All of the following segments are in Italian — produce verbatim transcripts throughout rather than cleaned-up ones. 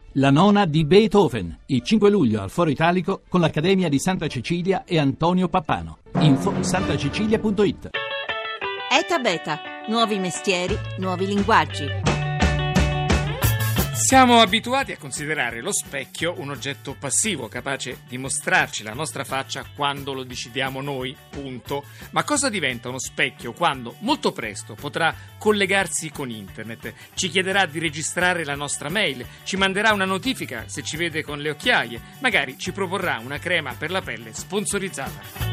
La nona di Beethoven, il cinque luglio al Foro Italico con l'Accademia di Santa Cecilia e Antonio Pappano. Info santacecilia punto it. ETA Beta, nuovi mestieri, nuovi linguaggi. Siamo abituati a considerare lo specchio un oggetto passivo, capace di mostrarci la nostra faccia quando lo decidiamo noi, punto. Ma cosa diventa uno specchio quando, molto presto, potrà collegarsi con internet, ci chiederà di registrare la nostra mail, ci manderà una notifica se ci vede con le occhiaie, magari ci proporrà una crema per la pelle sponsorizzata.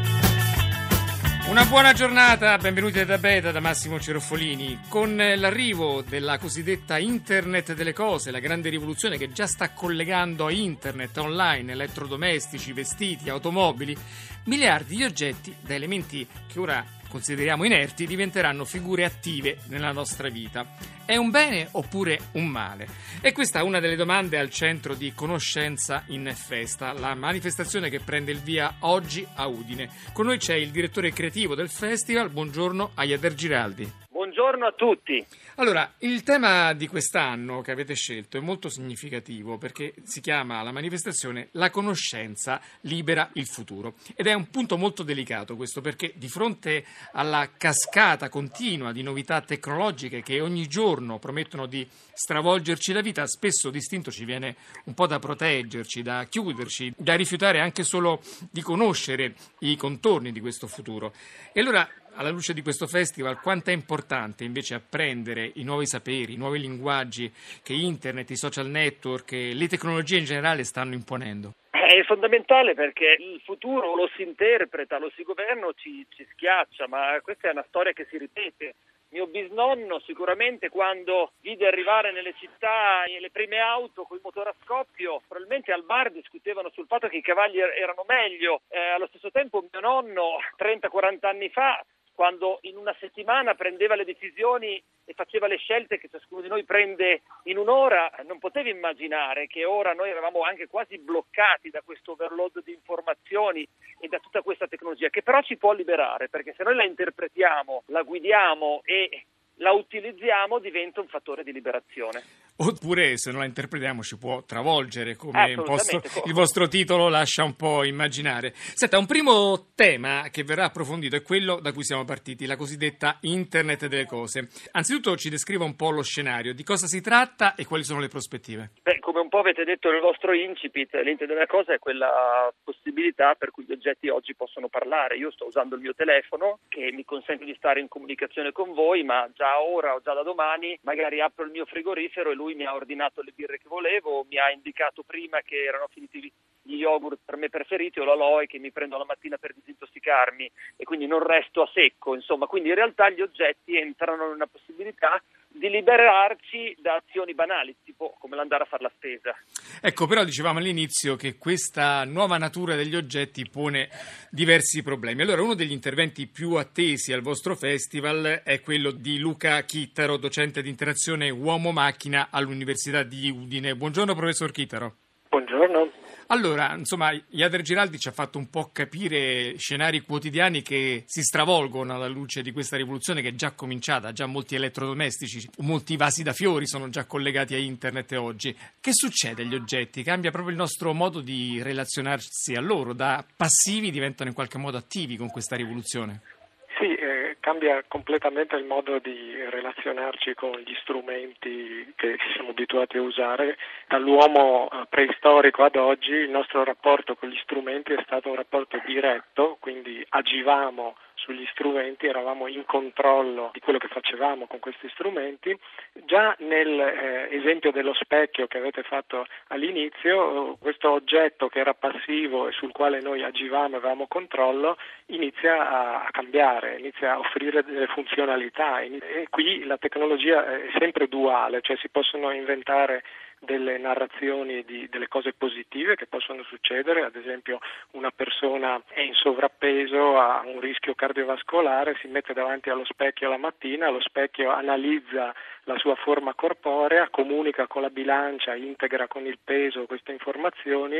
Una buona giornata, benvenuti da Beta, da Massimo Ceroffolini. Con l'arrivo della cosiddetta Internet delle cose, la grande rivoluzione che già sta collegando a internet, online, elettrodomestici, vestiti, automobili, miliardi di oggetti, da elementi che ora consideriamo inerti, diventeranno figure attive nella nostra vita. È un bene oppure un male? E questa è una delle domande al centro di Conoscenza in Festa, la manifestazione che prende il via oggi a Udine. Con noi c'è il direttore creativo del festival. Buongiorno a Jader Giraldi. Buongiorno a tutti. Allora, il tema di quest'anno che avete scelto è molto significativo perché si chiama la manifestazione La conoscenza libera il futuro. Ed è un punto molto delicato questo, perché di fronte alla cascata continua di novità tecnologiche che ogni giorno promettono di stravolgerci la vita, spesso distinto ci viene un po' da proteggerci, da chiuderci, da rifiutare anche solo di conoscere i contorni di questo futuro. E allora, alla luce di questo festival, quanto è importante invece apprendere i nuovi saperi, i nuovi linguaggi che internet, i social network e le tecnologie in generale stanno imponendo? È fondamentale perché il futuro lo si interpreta, lo si governa, ci, ci schiaccia, ma questa è una storia che si ripete. Mio bisnonno sicuramente quando vide arrivare nelle città le prime auto con il motore a scoppio, probabilmente al bar discutevano sul fatto che i cavalli erano meglio. Eh, allo stesso tempo mio nonno trenta quaranta anni fa, quando in una settimana prendeva le decisioni e faceva le scelte che ciascuno di noi prende in un'ora, non potevi immaginare che ora noi eravamo anche quasi bloccati da questo overload di informazioni e da tutta questa tecnologia, che però ci può liberare, perché se noi la interpretiamo, la guidiamo e la utilizziamo, diventa un fattore di liberazione. Oppure, se non la interpretiamo, ci può travolgere, come il vostro, può. il vostro titolo lascia un po' immaginare. Senta, un primo tema che verrà approfondito è quello da cui siamo partiti, la cosiddetta Internet delle cose. Anzitutto ci descriva un po' lo scenario, di cosa si tratta e quali sono le prospettive. Beh, come un po' avete detto nel vostro incipit, l'Internet delle cose è quella possibilità per cui gli oggetti oggi possono parlare. Io sto usando il mio telefono che mi consente di stare in comunicazione con voi, ma già ora o già da domani magari apro il mio frigorifero e lui mi ha ordinato le birre che volevo, mi ha indicato prima che erano finiti gli yogurt per me preferiti o l'aloe che mi prendo la mattina per disintossicarmi e quindi non resto a secco, insomma, quindi in realtà gli oggetti entrano in una possibilità di liberarci da azioni banali, tipo come l'andare a fare la spesa. Ecco, però dicevamo all'inizio che questa nuova natura degli oggetti pone diversi problemi. Allora, uno degli interventi più attesi al vostro festival è quello di Luca Chittaro, docente di interazione uomo-macchina all'Università di Udine. Buongiorno, professor Chittaro. Buongiorno. Allora, insomma, Jader Giraldi ci ha fatto un po' capire scenari quotidiani che si stravolgono alla luce di questa rivoluzione che è già cominciata, già molti elettrodomestici, molti vasi da fiori sono già collegati a internet oggi. Che succede agli oggetti? Cambia proprio il nostro modo di relazionarsi a loro, da passivi diventano in qualche modo attivi con questa rivoluzione? Sì, eh, cambia completamente il modo di relazionarci con gli strumenti che siamo abituati a usare. Dall'uomo preistorico ad oggi il nostro rapporto con gli strumenti è stato un rapporto diretto, quindi agivamo sugli strumenti, eravamo in controllo di quello che facevamo con questi strumenti. Già nell'esempio eh, dello specchio che avete fatto all'inizio, questo oggetto che era passivo e sul quale noi agivamo e avevamo controllo inizia a, a cambiare, inizia a offrire delle funzionalità e qui la tecnologia è sempre duale, cioè si possono inventare delle narrazioni di delle cose positive che possono succedere, ad esempio una persona è in sovrappeso, ha un rischio cardiovascolare, si mette davanti allo specchio la mattina, lo specchio analizza la sua forma corporea, comunica con la bilancia, integra con il peso queste informazioni,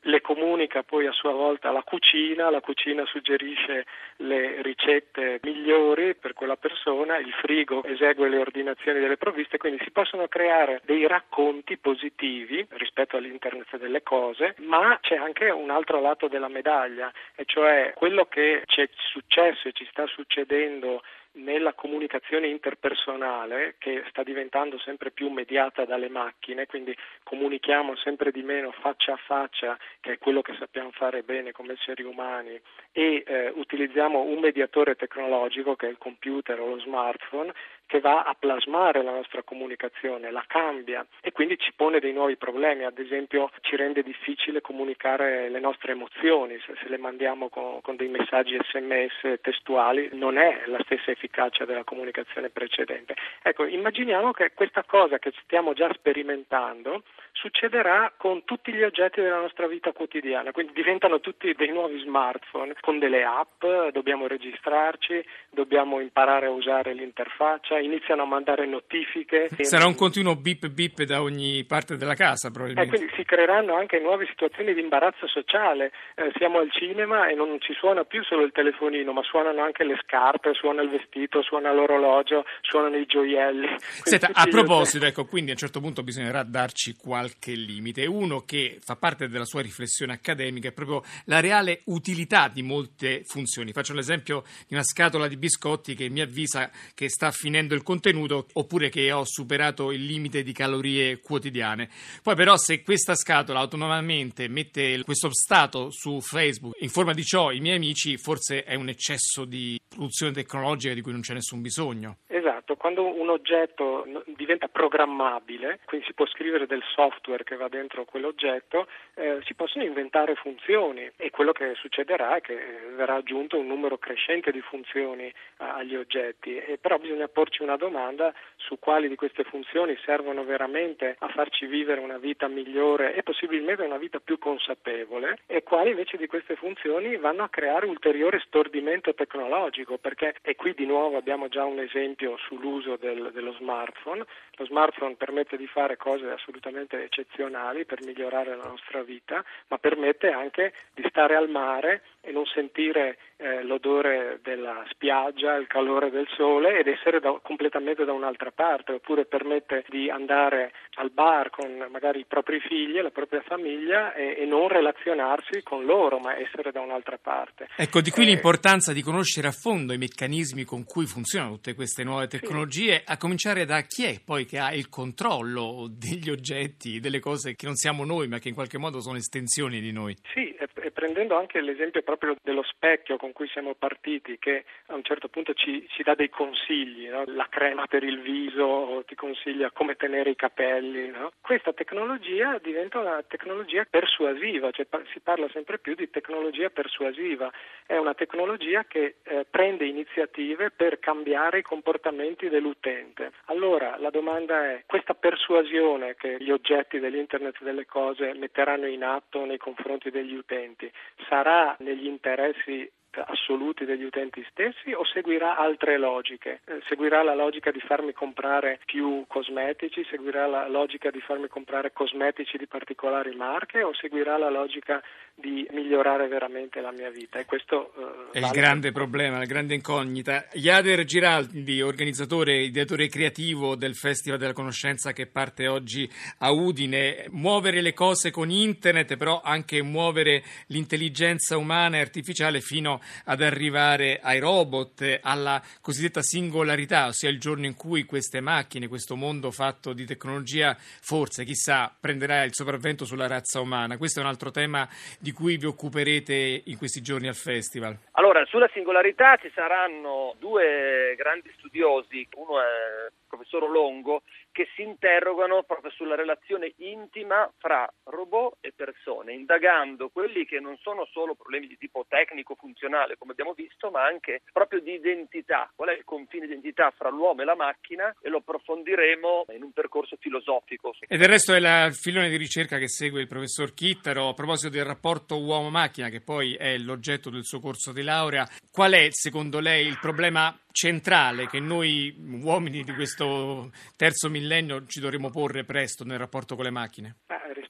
le comunica poi a sua volta alla cucina, la cucina suggerisce le ricette migliori per quella persona, il frigo esegue le ordinazioni delle provviste, quindi si possono creare dei racconti positivi rispetto all'internet delle cose, ma c'è anche un altro lato della medaglia, e cioè quello che ci è successo e ci sta succedendo nella comunicazione interpersonale, che sta diventando sempre più mediata dalle macchine, quindi comunichiamo sempre di meno faccia a faccia, che è quello che sappiamo fare bene come esseri umani, e eh, utilizziamo un mediatore tecnologico che è il computer o lo smartphone, che va a plasmare la nostra comunicazione, la cambia e quindi ci pone dei nuovi problemi. Ad esempio ci rende difficile comunicare le nostre emozioni, se, se le mandiamo con, con dei messaggi sms testuali non è la stessa efficacia della comunicazione precedente. Ecco, immaginiamo che questa cosa che stiamo già sperimentando succederà con tutti gli oggetti della nostra vita quotidiana, quindi diventano tutti dei nuovi smartphone con delle app, dobbiamo registrarci, dobbiamo imparare a usare l'interfaccia, iniziano a mandare notifiche. Sarà un continuo bip bip da ogni parte della casa probabilmente. E quindi si creeranno anche nuove situazioni di imbarazzo sociale, eh, siamo al cinema e non ci suona più solo il telefonino, ma suonano anche le scarpe, suona il vestito, suona l'orologio, suonano i gioielli. Senta, a proposito, ecco, quindi a un certo punto bisognerà darci qualche limite. Uno che fa parte della sua riflessione accademica è proprio la reale utilità di molte funzioni. Faccio l'esempio di una scatola di biscotti che mi avvisa che sta finendo il contenuto oppure che ho superato il limite di calorie quotidiane. Poi però se questa scatola autonomamente mette questo stato su Facebook, informa di ciò i miei amici, forse è un eccesso di produzione tecnologica di cui non c'è nessun bisogno. Esatto, quando un oggetto diventa programmabile, quindi si può scrivere del software che va dentro quell'oggetto, eh, si possono inventare funzioni e quello che succederà è che verrà aggiunto un numero crescente di funzioni eh, agli oggetti, e però bisogna porci una domanda su quali di queste funzioni servono veramente a farci vivere una vita migliore e possibilmente una vita più consapevole, e quali invece di queste funzioni vanno a creare ulteriore stordimento tecnologico, perché, e qui di nuovo abbiamo già un esempio sull'uso del, dello smartphone. Lo smartphone permette di fare cose assolutamente eccezionali per migliorare la nostra vita, ma permette anche di stare al mare e non sentire eh, l'odore della spiaggia, il calore del sole ed essere da, completamente da un'altra parte, oppure permette di andare al bar con magari i propri figli e la propria famiglia e, e non relazionarsi con loro, ma essere da un'altra parte. Ecco, di qui eh, l'importanza di conoscere a fondo i meccanismi con cui funzionano tutte queste nuove tecnologie, sì. A cominciare da chi è poi che ha il controllo degli oggetti, delle cose che non siamo noi, ma che in qualche modo sono estensioni di noi. Sì, e, e prendendo anche l'esempio proprio dello specchio con cui siamo partiti, che a un certo punto ci, ci dà dei consigli, no? La crema per il viso ti consiglia come tenere i capelli, no? Questa tecnologia diventa una tecnologia persuasiva, cioè pa- si parla sempre più di tecnologia persuasiva. È una tecnologia che eh, prende iniziative per cambiare i comportamenti dell'utente. Allora la domanda è: questa persuasione che gli oggetti dell'internet delle cose metteranno in atto nei confronti degli utenti sarà negli interessi assoluti degli utenti stessi o seguirà altre logiche? Eh, seguirà la logica di farmi comprare più cosmetici, seguirà la logica di farmi comprare cosmetici di particolari marche, o seguirà la logica di migliorare veramente la mia vita? E questo eh, è vale il grande per... problema, la grande incognita. Jader Giraldi, organizzatore, ideatore creativo del Festival della Conoscenza che parte oggi a Udine. Muovere le cose con internet, però anche muovere l'intelligenza umana e artificiale fino ad arrivare ai robot, alla cosiddetta singolarità, ossia il giorno in cui queste macchine, questo mondo fatto di tecnologia, forse, chissà, prenderà il sopravvento sulla razza umana. Questo è un altro tema di cui vi occuperete in questi giorni al Festival. Allora, sulla singolarità ci saranno due grandi studiosi, uno è il professor Longo, che si interrogano proprio sulla relazione intima fra robot e persone, indagando quelli che non sono solo problemi di tipo tecnico-funzionale, come abbiamo visto, ma anche proprio di identità. Qual è il confine di identità fra l'uomo e la macchina? E lo approfondiremo in un percorso filosofico. E del resto è la, il filone di ricerca che segue il professor Chittaro. A proposito del rapporto uomo-macchina, che poi è l'oggetto del suo corso di laurea, qual è secondo lei il problema centrale che noi uomini di questo terzo millennio ci dovremo porre presto nel rapporto con le macchine? Ah,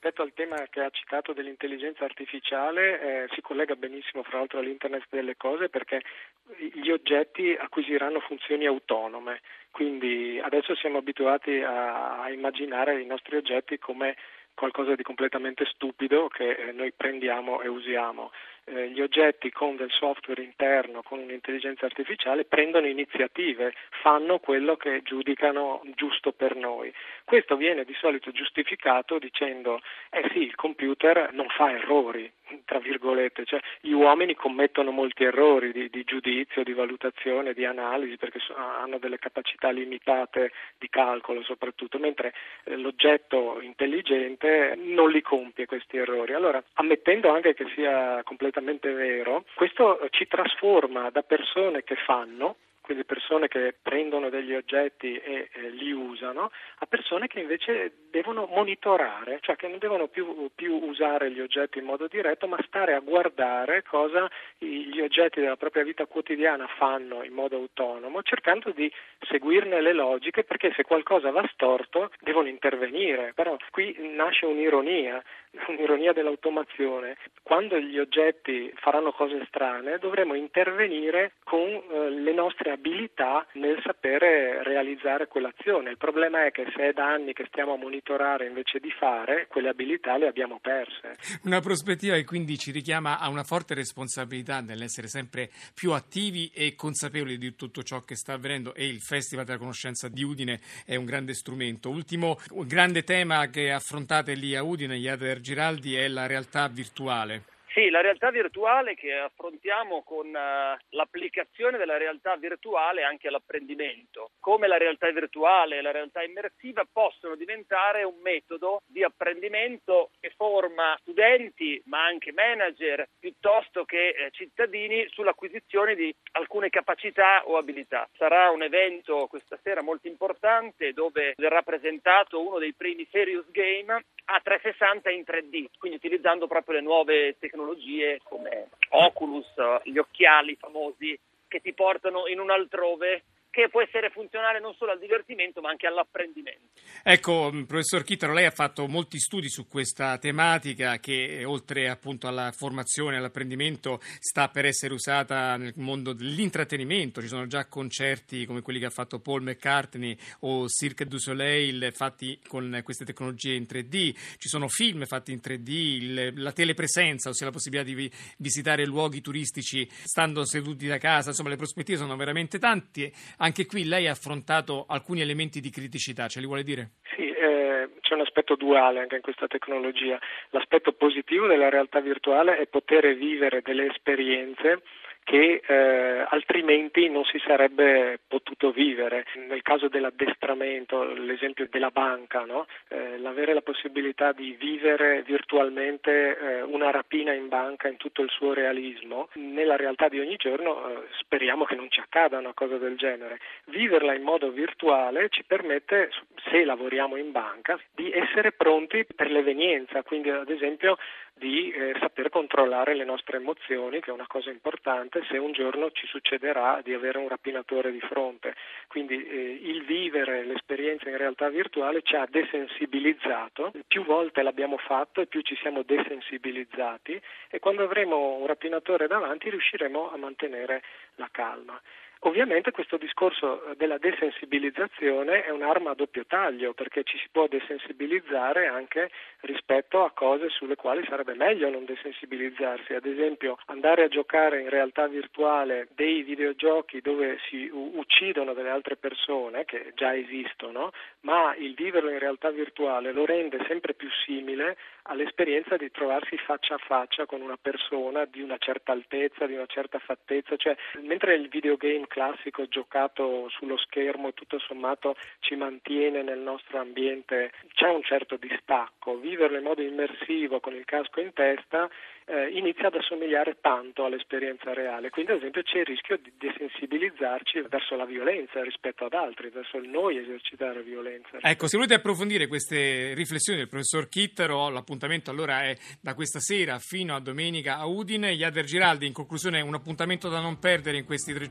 rispetto al tema che ha citato dell'intelligenza artificiale, eh, si collega benissimo fra l'altro all'Internet delle cose, perché gli oggetti acquisiranno funzioni autonome. Quindi adesso siamo abituati a, a immaginare i nostri oggetti come qualcosa di completamente stupido che eh, noi prendiamo e usiamo. Eh, gli oggetti con del software interno, con un'intelligenza artificiale, prendono iniziative, fanno quello che giudicano giusto per noi. Questo viene di solito giustificato dicendo eh sì, il computer non fa errori, tra virgolette, cioè gli uomini commettono molti errori di, di giudizio, di valutazione, di analisi, perché so, hanno delle capacità limitate di calcolo soprattutto, mentre eh, l'oggetto intelligente non li compie questi errori. Allora, ammettendo anche che sia completamente vero, questo ci trasforma da persone che fanno, quindi persone che prendono degli oggetti e eh, li usano, a persone che invece devono monitorare, cioè che non devono più, più usare gli oggetti in modo diretto, ma stare a guardare cosa gli oggetti della propria vita quotidiana fanno in modo autonomo, cercando di seguirne le logiche, perché se qualcosa va storto devono intervenire. Però qui nasce un'ironia, un'ironia dell'automazione. Quando gli oggetti faranno cose strane dovremo intervenire con eh, le nostre abilità nel sapere realizzare quell'azione. Il problema è che se è da anni che stiamo a monitorare invece di fare, quelle abilità le abbiamo perse. Una prospettiva che quindi ci richiama a una forte responsabilità nell'essere sempre più attivi e consapevoli di tutto ciò che sta avvenendo, e il Festival della Conoscenza di Udine è un grande strumento. Ultimo grande tema che affrontate lì a Udine, Jader Giraldi, è la realtà virtuale. Sì, la realtà virtuale che affrontiamo con uh, l'applicazione della realtà virtuale anche all'apprendimento. Come la realtà virtuale e la realtà immersiva possono diventare un metodo di apprendimento che forma studenti ma anche manager piuttosto che eh, cittadini sull'acquisizione di alcune capacità o abilità. Sarà un evento questa sera molto importante dove verrà presentato uno dei primi serious game a trecentosessanta in tre D, quindi utilizzando proprio le nuove tecnologie come Oculus, gli occhiali famosi che ti portano in un altrove, che può essere funzionale non solo al divertimento ma anche all'apprendimento. Ecco, professor Chittaro, lei ha fatto molti studi su questa tematica che oltre appunto alla formazione e all'apprendimento sta per essere usata nel mondo dell'intrattenimento. Ci sono già concerti come quelli che ha fatto Paul McCartney o Cirque du Soleil fatti con queste tecnologie in tre D, ci sono film fatti in tre D, il, la telepresenza, ossia la possibilità di vi, visitare luoghi turistici stando seduti da casa. Insomma, le prospettive sono veramente tante. Anche qui lei ha affrontato alcuni elementi di criticità, ce li vuole dire? Sì, eh, c'è un aspetto duale anche in questa tecnologia. L'aspetto positivo della realtà virtuale è poter vivere delle esperienze che eh, altrimenti non si sarebbe potuto vivere. Nel caso dell'addestramento, l'esempio della banca, no? eh, l'avere la possibilità di vivere virtualmente eh, una rapina in banca in tutto il suo realismo, nella realtà di ogni giorno eh, speriamo che non ci accada una cosa del genere. Viverla in modo virtuale ci permette, se lavoriamo in banca, di essere pronti per l'evenienza, quindi ad esempio di eh, saper controllare le nostre emozioni, che è una cosa importante se un giorno ci succederà di avere un rapinatore di fronte. Quindi eh, il vivere l'esperienza in realtà virtuale ci ha desensibilizzato, più volte l'abbiamo fatto e più ci siamo desensibilizzati, e quando avremo un rapinatore davanti riusciremo a mantenere la calma. Ovviamente questo discorso della desensibilizzazione è un'arma a doppio taglio, perché ci si può desensibilizzare anche rispetto a cose sulle quali sarebbe meglio non desensibilizzarsi. Ad esempio, andare a giocare in realtà virtuale dei videogiochi dove si uccidono delle altre persone, che già esistono, ma il viverlo in realtà virtuale lo rende sempre più simile all'esperienza di trovarsi faccia a faccia con una persona di una certa altezza, di una certa fattezza. Cioè, mentre il videogame classico giocato sullo schermo tutto sommato ci mantiene nel nostro ambiente, c'è un certo distacco. Viverlo in modo immersivo con il casco in testa eh, inizia ad assomigliare tanto all'esperienza reale, quindi ad esempio c'è il rischio di desensibilizzarci verso la violenza rispetto ad altri, verso il noi esercitare violenza. Ecco, se volete approfondire queste riflessioni del professor Chittaro, l'appuntamento allora è da questa sera fino a domenica a Udine. Jader Giraldi, in conclusione, un appuntamento da non perdere in questi tre giorni? Beh,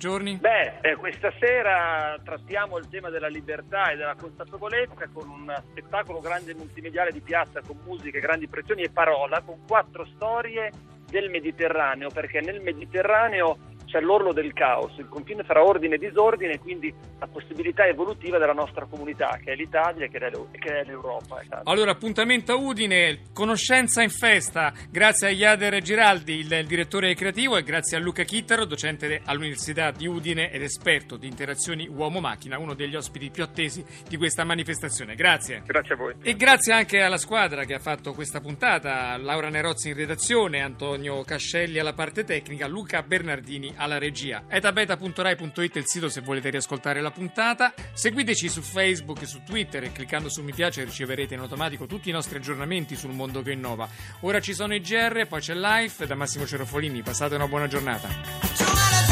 Beh, eh, questa sera trattiamo il tema della libertà e della consapevolezza con un spettacolo grande multimediale di piazza con musiche, grandi proiezioni e parola, con quattro storie del Mediterraneo, perché nel Mediterraneo c'è l'orlo del caos, il confine fra ordine e disordine, quindi la possibilità evolutiva della nostra comunità, che è l'Italia e che è l'Europa. Esatto. Allora, appuntamento a Udine, conoscenza in festa, grazie a Jader Giraldi, il, il direttore creativo, e grazie a Luca Chittaro, docente all'Università di Udine ed esperto di interazioni uomo-macchina, uno degli ospiti più attesi di questa manifestazione. Grazie. Grazie a voi. E grazie anche alla squadra che ha fatto questa puntata, Laura Nerozzi in redazione, Antonio Cascelli alla parte tecnica, Luca Bernardini alla regia. etabeta punto rai punto it è il sito se volete riascoltare la puntata. Seguiteci su Facebook e su Twitter e cliccando su mi piace riceverete in automatico tutti i nostri aggiornamenti sul mondo che innova. Ora ci sono i G R, poi c'è Life. Da Massimo Cerofolini, passate una buona giornata.